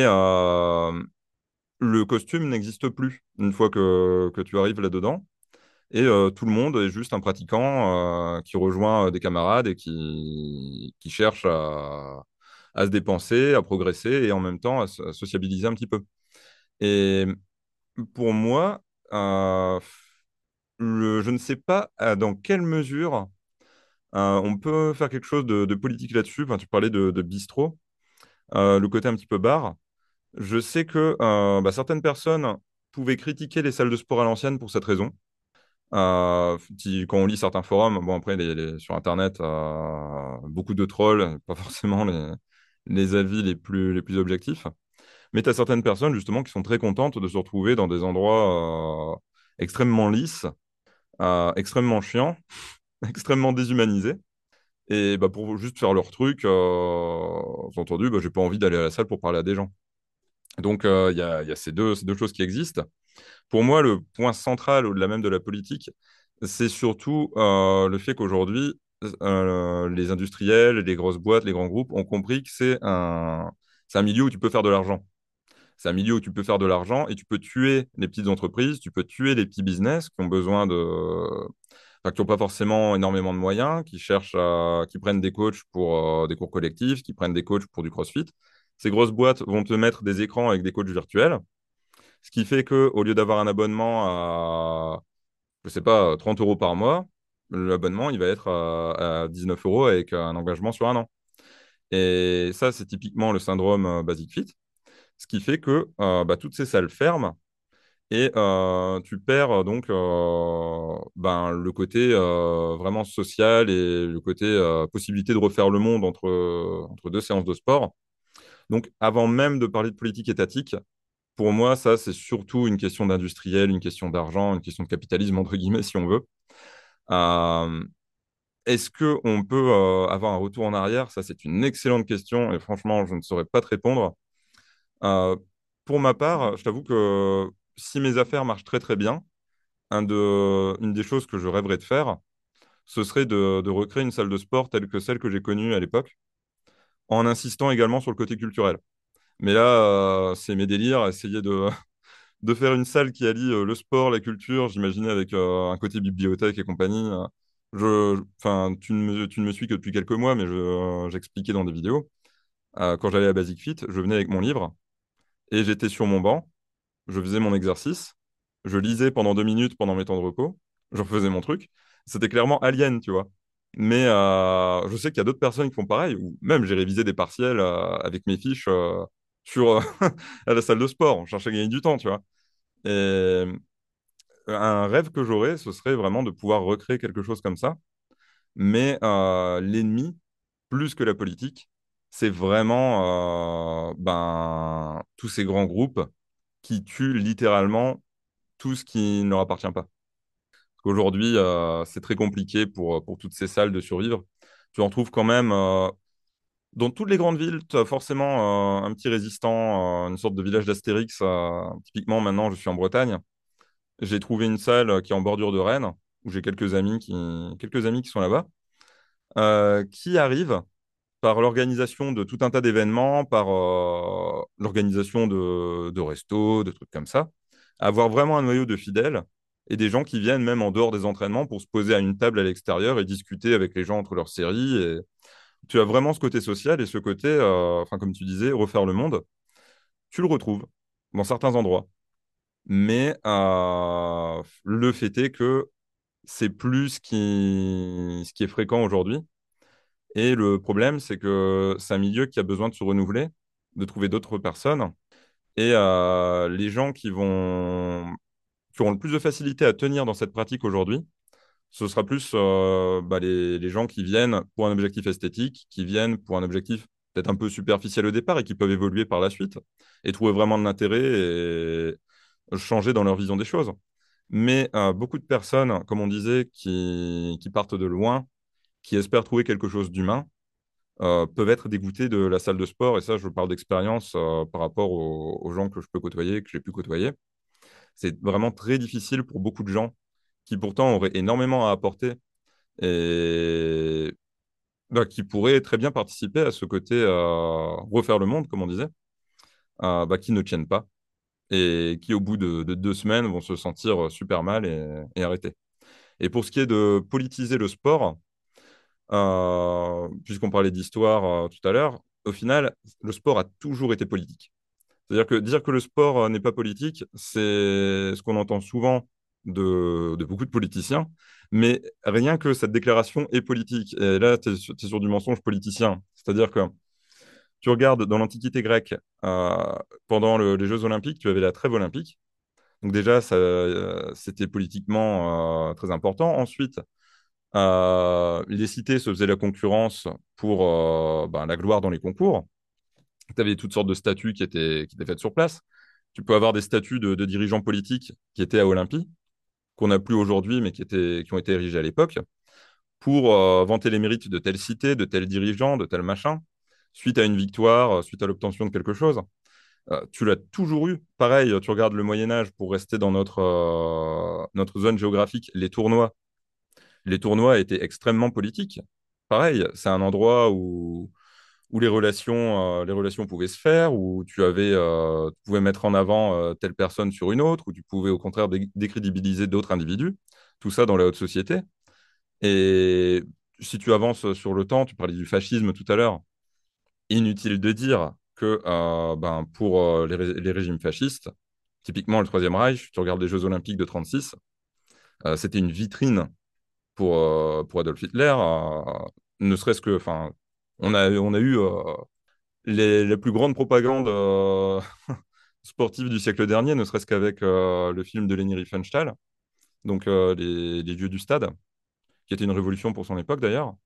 le costume n'existe plus une fois que tu arrives là-dedans. Et tout le monde est juste un pratiquant qui rejoint des camarades et qui cherche à se dépenser, à progresser et en même temps à sociabiliser un petit peu. Et pour moi, euh, je ne sais pas dans quelle mesure on peut faire quelque chose de politique là-dessus. Enfin, tu parlais de bistrot, le côté un petit peu bar. Je sais que bah, certaines personnes pouvaient critiquer les salles de sport à l'ancienne pour cette raison. Quand on lit certains forums, bon après sur Internet, beaucoup de trolls, pas forcément les avis les plus objectifs. Mais tu as certaines personnes justement qui sont très contentes de se retrouver dans des endroits extrêmement lisses, extrêmement chiants, extrêmement déshumanisés. Et bah, pour juste faire leur truc, entendu, bah, j'ai pas envie d'aller à la salle pour parler à des gens. Donc il y a ces deux choses qui existent. Pour moi, le point central, au-delà même de la politique, c'est surtout le fait qu'aujourd'hui, les industriels, les grosses boîtes, les grands groupes ont compris que c'est un milieu où tu peux faire de l'argent. C'est un milieu où tu peux faire de l'argent et tu peux tuer les petites entreprises, tu peux tuer les petits business qui ont besoin enfin, qui n'ont pas forcément énormément de moyens, qui prennent des coachs pour des cours collectifs, qui prennent des coachs pour du CrossFit. Ces grosses boîtes vont te mettre des écrans avec des coachs virtuels, ce qui fait que au lieu d'avoir un abonnement à, je sais pas, 30 euros par mois, l'abonnement, il va être à 19 euros avec un engagement sur un an. Et ça, c'est typiquement le syndrome Basic Fit, ce qui fait que bah, toutes ces salles ferment et tu perds donc ben, le côté vraiment social et le côté possibilité de refaire le monde entre deux séances de sport. Donc, avant même de parler de politique étatique, pour moi, ça, c'est surtout une question d'industriel, une question d'argent, une question de capitalisme, entre guillemets, si on veut. Euh, Est-ce qu'on peut avoir un retour en arrière? Ça, c'est une excellente question et franchement, je ne saurais pas te répondre. Euh, pour ma part, je t'avoue que si mes affaires marchent très très bien, une des choses que je rêverais de faire, ce serait de recréer une salle de sport telle que celle que j'ai connue à l'époque, en insistant également sur le côté culturel. Mais là, c'est mes délires, essayer de faire une salle qui allie le sport, la culture, j'imaginais avec un côté bibliothèque et compagnie. Enfin, tu ne me suis que depuis quelques mois, mais j'expliquais dans des vidéos. Quand j'allais à Basic Fit, je venais avec mon livre et j'étais sur mon banc, je faisais mon exercice, je lisais pendant 2 minutes pendant mes temps de repos, je refaisais mon truc. C'était clairement alien, tu vois. Mais je sais qu'il y a d'autres personnes qui font pareil, ou même j'ai révisé des partiels avec mes fiches sur à la salle de sport. On cherchait à gagner du temps, tu vois. Et un rêve que j'aurais, ce serait vraiment de pouvoir recréer quelque chose comme ça. Mais l'ennemi, plus que la politique, c'est vraiment ben, tous ces grands groupes qui tuent littéralement tout ce qui ne leur appartient pas. Aujourd'hui, c'est très compliqué pour toutes ces salles de survivre. Tu en trouves quand même dans toutes les grandes villes, tu as forcément un petit résistant, une sorte de village d'Astérix. Typiquement, maintenant, je suis en Bretagne. J'ai trouvé une salle qui est en bordure de Rennes, où j'ai quelques amis qui sont là-bas, qui arrivent par l'organisation de tout un tas d'événements, par l'organisation de restos, de trucs comme ça, avoir vraiment un noyau de fidèles et des gens qui viennent même en dehors des entraînements pour se poser à une table à l'extérieur et discuter avec les gens entre leurs séries. Et tu as vraiment ce côté social et ce côté, enfin, comme tu disais, refaire le monde. Tu le retrouves dans certains endroits. Mais le fait est que c'est plus ce qui est fréquent aujourd'hui. Et le problème, c'est que c'est un milieu qui a besoin de se renouveler, de trouver d'autres personnes. Et les gens qui auront le plus de facilité à tenir dans cette pratique aujourd'hui, ce sera plus les gens qui viennent pour un objectif esthétique, qui viennent pour un objectif peut-être un peu superficiel au départ et qui peuvent évoluer par la suite et trouver vraiment de l'intérêt et changer dans leur vision des choses. Mais beaucoup de personnes, comme on disait, qui partent de loin, qui espèrent trouver quelque chose d'humain, peuvent être dégoûtés de la salle de sport. Et ça, je parle d'expérience par rapport aux gens que je peux côtoyer, que j'ai pu côtoyer. C'est vraiment très difficile pour beaucoup de gens qui pourtant auraient énormément à apporter et qui pourraient très bien participer à ce côté refaire le monde, comme on disait, qui ne tiennent pas et qui, au bout de 2 semaines, vont se sentir super mal et arrêter. Et pour ce qui est de politiser le sport, puisqu'on parlait d'histoire tout à l'heure, au final, le sport a toujours été politique. C'est-à-dire que dire que le sport n'est pas politique, c'est ce qu'on entend souvent de beaucoup de politiciens, mais rien que cette déclaration est politique. Et là, tu es, sur du mensonge politicien. C'est-à-dire que tu regardes dans l'Antiquité grecque, pendant les Jeux olympiques, tu avais la trêve olympique. Donc déjà, ça, c'était politiquement très important. Ensuite, les cités se faisaient la concurrence pour la gloire dans les concours. Tu avais toutes sortes de statues qui étaient faites sur place. Tu peux avoir des statues de dirigeants politiques qui étaient à Olympie, qu'on n'a plus aujourd'hui, mais qui ont été érigées à l'époque, pour vanter les mérites de telle cité, de tel dirigeant, de tel machin, suite à une victoire, suite à l'obtention de quelque chose. Tu l'as toujours eu. Pareil, tu regardes le Moyen Âge pour rester dans notre zone géographique, les tournois. Les tournois étaient extrêmement politiques. Pareil, c'est un endroit où les relations pouvaient se faire, où tu pouvais mettre en avant telle personne sur une autre, où tu pouvais au contraire décrédibiliser d'autres individus. Tout ça dans la haute société. Et si tu avances sur le temps, tu parlais du fascisme tout à l'heure, inutile de dire que pour les régimes fascistes, typiquement le Troisième Reich, tu regardes les Jeux Olympiques de 36, c'était une vitrine pour Adolf Hitler, ne serait-ce que, enfin, on a eu les plus grandes propagandes sportives du siècle dernier, ne serait-ce qu'avec le film de Leni Riefenstahl, donc les Dieux du Stade, qui était une révolution pour son époque d'ailleurs.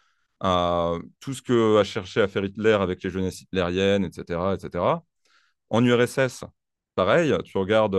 Tout ce que a cherché à faire Hitler avec les jeunesses hitlériennes, etc., etc. En URSS, pareil, tu regardes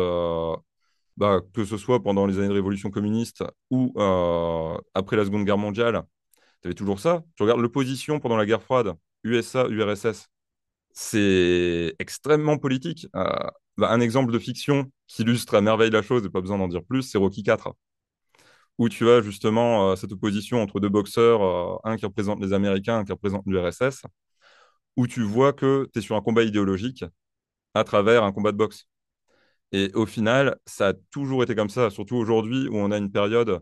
que ce soit pendant les années de révolution communiste ou après la Seconde Guerre mondiale, tu avais toujours ça. Tu regardes l'opposition pendant la guerre froide, USA, URSS, c'est extrêmement politique. Un exemple de fiction qui illustre à merveille la chose, et pas besoin d'en dire plus, c'est Rocky 4, où tu as justement cette opposition entre deux boxeurs, un qui représente les Américains, un qui représente l'URSS, où tu vois que tu es sur un combat idéologique à travers un combat de boxe. Et au final, ça a toujours été comme ça, surtout aujourd'hui où on a une période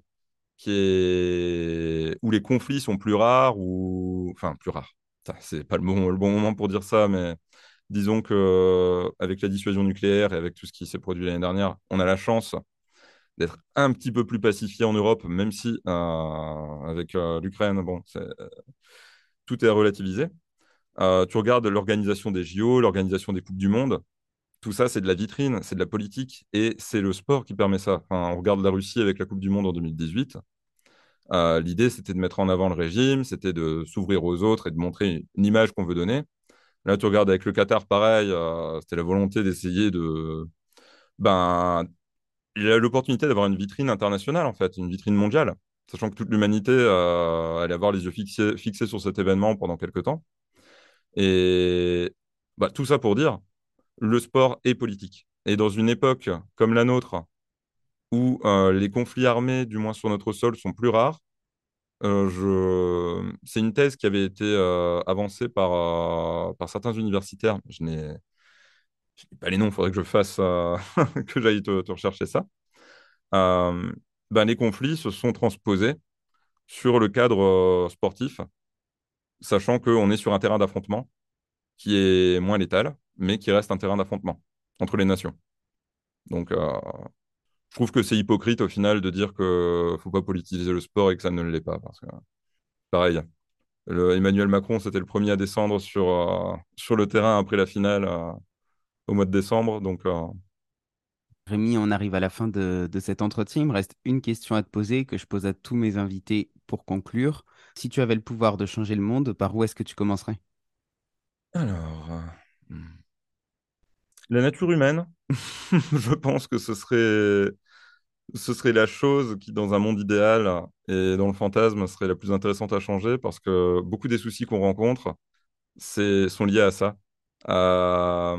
où les conflits sont plus rares, ou enfin plus rares. Ça, c'est pas le bon moment pour dire ça, mais disons que avec la dissuasion nucléaire et avec tout ce qui s'est produit l'année dernière, on a la chance d'être un petit peu plus pacifié en Europe, même si avec l'Ukraine, bon, tout est relativisé. Tu regardes l'organisation des JO, l'organisation des Coupes du Monde, tout ça, c'est de la vitrine, c'est de la politique, et c'est le sport qui permet ça. Enfin, on regarde la Russie avec la Coupe du Monde en 2018. L'idée, c'était de mettre en avant le régime, c'était de s'ouvrir aux autres et de montrer une image qu'on veut donner. Là, tu regardes avec le Qatar, pareil, c'était la volonté d'essayer ben, il a l'opportunité d'avoir une vitrine internationale, en fait, une vitrine mondiale, sachant que toute l'humanité allait avoir les yeux fixés sur cet événement pendant quelques temps. Et tout ça pour dire, le sport est politique. Et dans une époque comme la nôtre, où les conflits armés, du moins sur notre sol, sont plus rares, c'est une thèse qui avait été avancée par certains universitaires. je dis pas les noms, il faudrait que je fasse, que j'aille te rechercher ça. Euh, ben, les conflits se sont transposés sur le cadre sportif, sachant qu'on est sur un terrain d'affrontement qui est moins létal, mais qui reste un terrain d'affrontement entre les nations. Donc, je trouve que c'est hypocrite au final de dire que faut pas politiser le sport et que ça ne l'est pas. Parce que, pareil, Emmanuel Macron, c'était le premier à descendre sur le terrain après la finale au mois de décembre. Donc, Rémi, on arrive à la fin de cet entretien. Il me reste une question à te poser que je pose à tous mes invités pour conclure. Si tu avais le pouvoir de changer le monde, par où est-ce que tu commencerais? alors, la nature humaine, je pense que ce serait la chose qui, dans un monde idéal et dans le fantasme, serait la plus intéressante à changer parce que beaucoup des soucis qu'on rencontre sont liés à ça. À,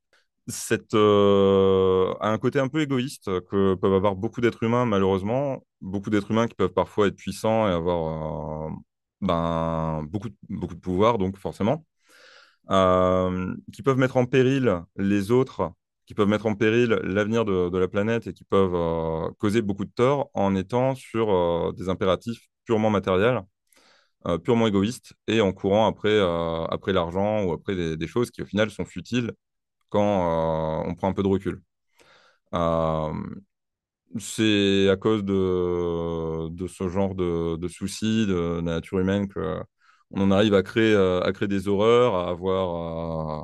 à un côté un peu égoïste que peuvent avoir beaucoup d'êtres humains, malheureusement. Beaucoup d'êtres humains qui peuvent parfois être puissants et avoir beaucoup de pouvoir, donc forcément. Qui peuvent mettre en péril les autres, qui peuvent mettre en péril l'avenir de la planète et qui peuvent causer beaucoup de tort en étant sur des impératifs purement matériels, purement égoïstes et en courant après l'argent ou après des choses qui au final sont futiles quand on prend un peu de recul. Euh, c'est à cause de ce genre de soucis de la nature humaine que on en arrive à créer des horreurs, à avoir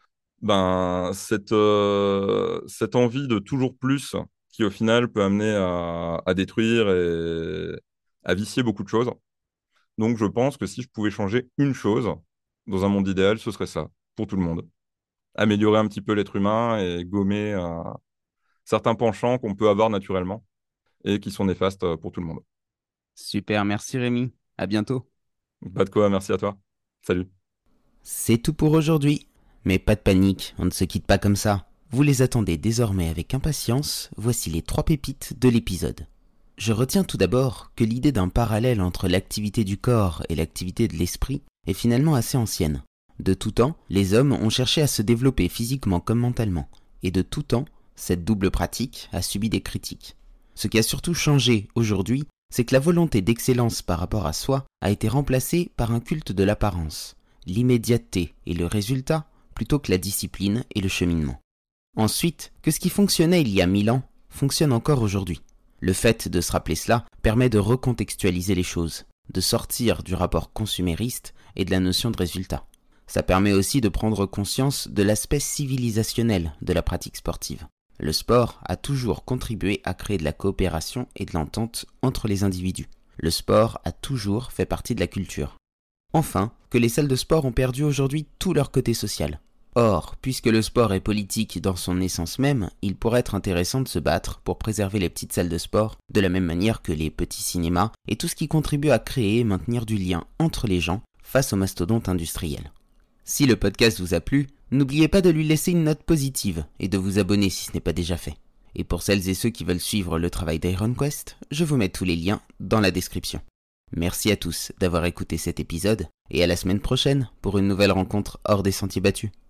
cette envie de toujours plus qui, au final, peut amener à détruire et à vicier beaucoup de choses. Donc, je pense que si je pouvais changer une chose dans un monde idéal, ce serait ça, pour tout le monde. Améliorer un petit peu l'être humain et gommer certains penchants qu'on peut avoir naturellement et qui sont néfastes pour tout le monde. Super, merci Rémi. À bientôt. Pas de quoi, merci à toi. Salut. C'est tout pour aujourd'hui. Mais pas de panique, on ne se quitte pas comme ça. Vous les attendez désormais avec impatience, voici les 3 pépites de l'épisode. Je retiens tout d'abord que l'idée d'un parallèle entre l'activité du corps et l'activité de l'esprit est finalement assez ancienne. De tout temps, les hommes ont cherché à se développer physiquement comme mentalement, et de tout temps, cette double pratique a subi des critiques. Ce qui a surtout changé aujourd'hui, c'est que la volonté d'excellence par rapport à soi a été remplacée par un culte de l'apparence, l'immédiateté et le résultat, plutôt que la discipline et le cheminement. Ensuite, que ce qui fonctionnait il y a 1000 ans fonctionne encore aujourd'hui. Le fait de se rappeler cela permet de recontextualiser les choses, de sortir du rapport consumériste et de la notion de résultat. Ça permet aussi de prendre conscience de l'aspect civilisationnel de la pratique sportive. Le sport a toujours contribué à créer de la coopération et de l'entente entre les individus. Le sport a toujours fait partie de la culture. Enfin, que les salles de sport ont perdu aujourd'hui tout leur côté social. Or, puisque le sport est politique dans son essence même, il pourrait être intéressant de se battre pour préserver les petites salles de sport, de la même manière que les petits cinémas et tout ce qui contribue à créer et maintenir du lien entre les gens face aux mastodontes industriels. Si le podcast vous a plu, n'oubliez pas de lui laisser une note positive et de vous abonner si ce n'est pas déjà fait. Et pour celles et ceux qui veulent suivre le travail d'IronQuest, je vous mets tous les liens dans la description. Merci à tous d'avoir écouté cet épisode et à la semaine prochaine pour une nouvelle rencontre hors des sentiers battus.